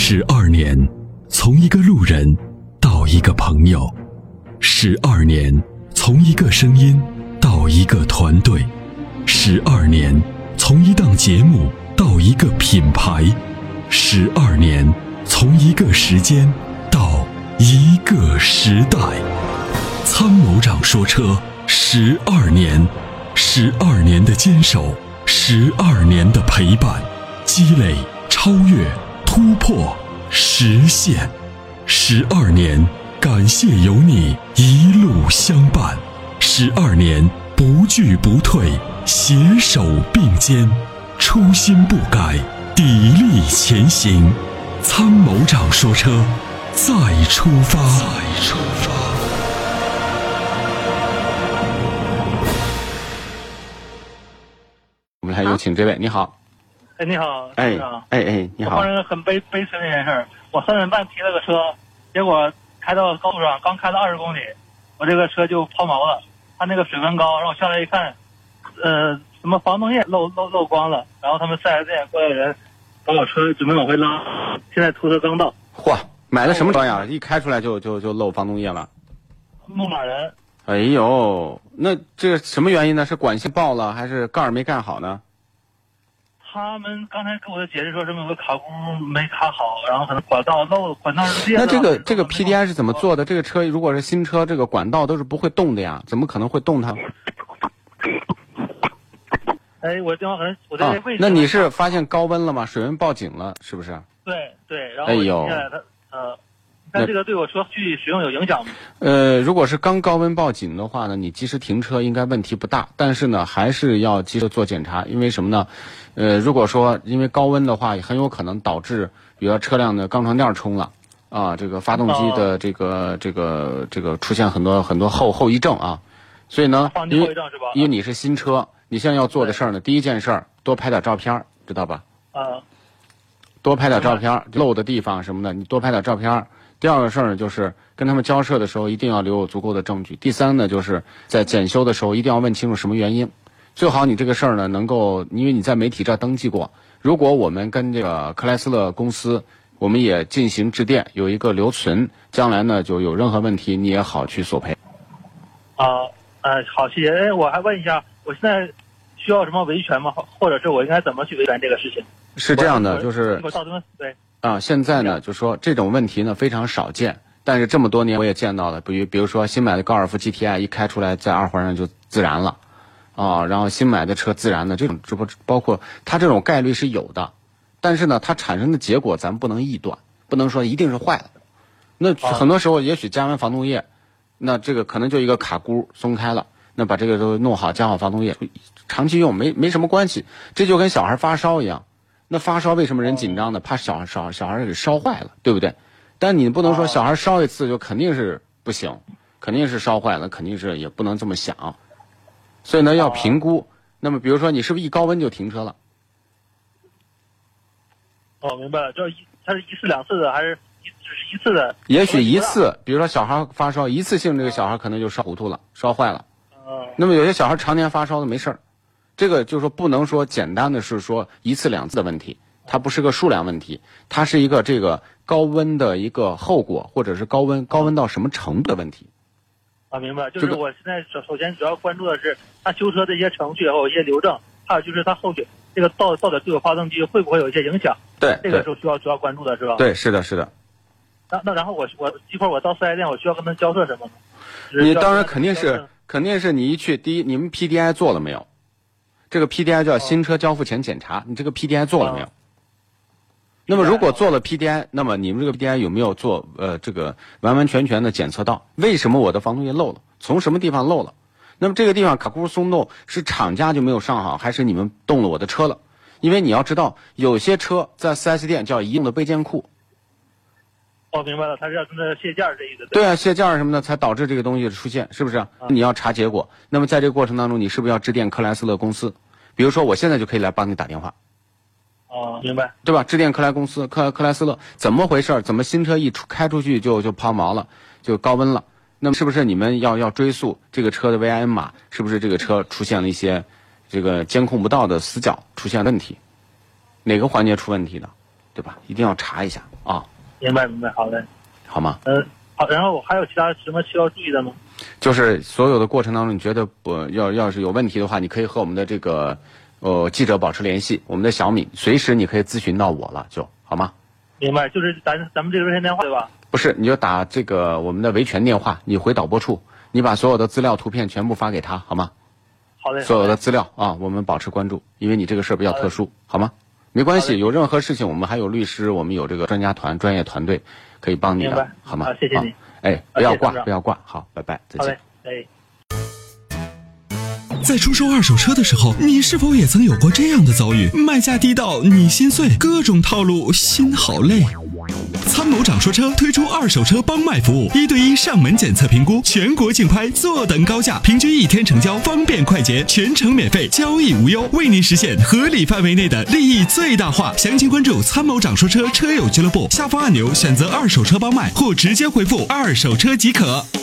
12年，从一个路人到一个朋友；12年，从一个声音到一个团队；12年，从一档节目到一个品牌；12年，从一个时间到一个时代。参谋长说车12年，12年的坚守，12年的陪伴，积累、超越、突破、实现。12年，感谢有你一路相伴。12年，不惧不退，携手并肩，初心不改，砥砺前行。参谋长说车，再出发。 我们来有请这位，你好。 哎，你好， 哎，你好。 我发生很悲催的一件事儿，我3点半提了个车，结果开到高速上，刚开了20公里，我这个车就抛锚了。它那个水温高，让我下来一看，什么防冻液漏光了，然后他们4S店过来人把我车准备往回拉，现在拖车刚到。 嚯，买的什么车呀？一开出来就漏防冻液了。 牧马人。 哎呦，那这个什么原因呢？是管线爆了，还是盖儿没盖好呢？ 他们刚才给我的解释说什么有个卡箍没卡好，然后可能管道漏，管道是裂了。 那这个 PDI 是怎么做的？这个车如果是新车，这个管道都是不会动的呀，怎么可能会动它？ 哎，我电话可能我在位置。 那你是发现高温了吗？水温报警了，是不是？ 对，然后我接下来那这个对我车去使用有影响吗？ 如果是刚高温报警的话呢，你及时停车应该问题不大，但是呢还是要及时做检查，因为什么呢？如果说因为高温的话，也很有可能导致比如车辆的钢床垫冲了啊，这个发动机的这个出现很多后遗症啊，所以呢，因为你是新车，你现在要做的事儿呢，第一件事儿多拍点照片，知道吧？多拍点照片，漏的地方什么的，你多拍点照片。第二个事儿呢，就是跟他们交涉的时候一定要留有足够的证据。第三呢，就是在检修的时候一定要问清楚什么原因。最好你这个事儿呢能够，因为你在媒体这儿登记过，如果我们跟这个克莱斯勒公司，我们也进行致电，有一个留存，将来呢就有任何问题你也好去索赔。 好，谢谢。我还问一下，我现在需要什么维权吗？或者是我应该怎么去维权这个事情？ 是这样的，就是对。 现在呢，就说这种问题呢非常少见，但是这么多年我也见到了，比如说新买的高尔夫 GTI 一开出来在2环上就自燃了，然后新买的车自燃的这种，包括它这种概率是有的，但是呢，它产生的结果咱们不能臆断，不能说一定是坏的。那很多时候也许加完防冻液，那这个可能就一个卡箍松开了，那把这个都弄好，加好防冻液，长期用没什么关系，这就跟小孩发烧一样。那发烧为什么人紧张呢？怕小孩给烧坏了，对不对？但你不能说小孩烧一次就肯定是不行，肯定是烧坏了，肯定是也不能这么想。所以呢，要评估。那么比如说你是不是一高温就停车了？ 明白了，就是它是一次两次的，还是只是一次的？ 也许一次，比如说小孩发烧一次性，这个小孩可能就烧糊涂了，烧坏了。那么有些小孩常年发烧的没事儿。这个就是说不能说简单的是说一次两次的问题，它不是个数量问题，它是一个这个高温的一个后果，或者是高温到什么程度的问题。 明白，就是我现在首先主要关注的是他修车的一些程序和一些流程，还有就是他后续这个到底对我发动机会不会有一些影响？ 对， 这个是主要关注的是吧？ 对，是的。 那然后我一会儿我到4S店，我需要跟他交涉什么呢？ 你当然肯定是你一去，第一你们 PDI 做了没有？这个 PDI 叫新车交付前检查，你这个 PDI 做了没有？那么如果做了 PDI，那么你们这个 PDI 有没有做这个完全的检测到为什么我的防冻液漏了，从什么地方漏了？那么这个地方卡箍松动是厂家就没有上好，还是你们动了我的车了？因为你要知道，有些车在 4S 店叫移动的备件库。 明白了，它是要跟着卸件这意思。 对啊，卸件什么的才导致这个东西的出现，是不是？你要查结果。那么在这个过程当中，你是不是要致电克莱斯勒公司？比如说，我现在就可以来帮你打电话。 明白。 对吧？致电克莱公司，克莱斯勒怎么回事？怎么新车开出去就抛锚了，就高温了？那么是不是你们要追溯这个车的 VIN 码？是不是这个车出现了一些这个监控不到的死角出现问题？哪个环节出问题的？对吧？一定要查一下啊。 啊。 明白，好的， 好吗？ 好，然后我还有其他什么需要注意的吗？ 就是所有的过程当中，你觉得要是有问题的话，你可以和我们的这个记者保持联系，我们的小敏，随时你可以咨询到我了，好吗？ 明白，就是咱们这个热线电话对吧？ 不是，你就打这个我们的维权电话，你回导播处，你把所有的资料、图片全部发给他，好吗？ 好嘞。 所有的资料啊，我们保持关注，因为你这个事儿比较特殊，好吗？没关系，有任何事情我们还有律师，我们有这个专业团队可以帮你的，好吗？ 好，谢谢你。 哎，不要挂，好，拜拜，再见。 好嘞， 在出售二手车的时候，你是否也曾有过这样的遭遇？卖价低到你心碎，各种套路，心好累。参谋长说车推出二手车帮卖服务，1对1上门检测评估，全国竞拍，坐等高价，平均1天成交，方便快捷，全程免费，交易无忧，为您实现合理范围内的利益最大化。详情关注参谋长说车车友俱乐部，下方按钮选择二手车帮卖，或直接回复二手车即可。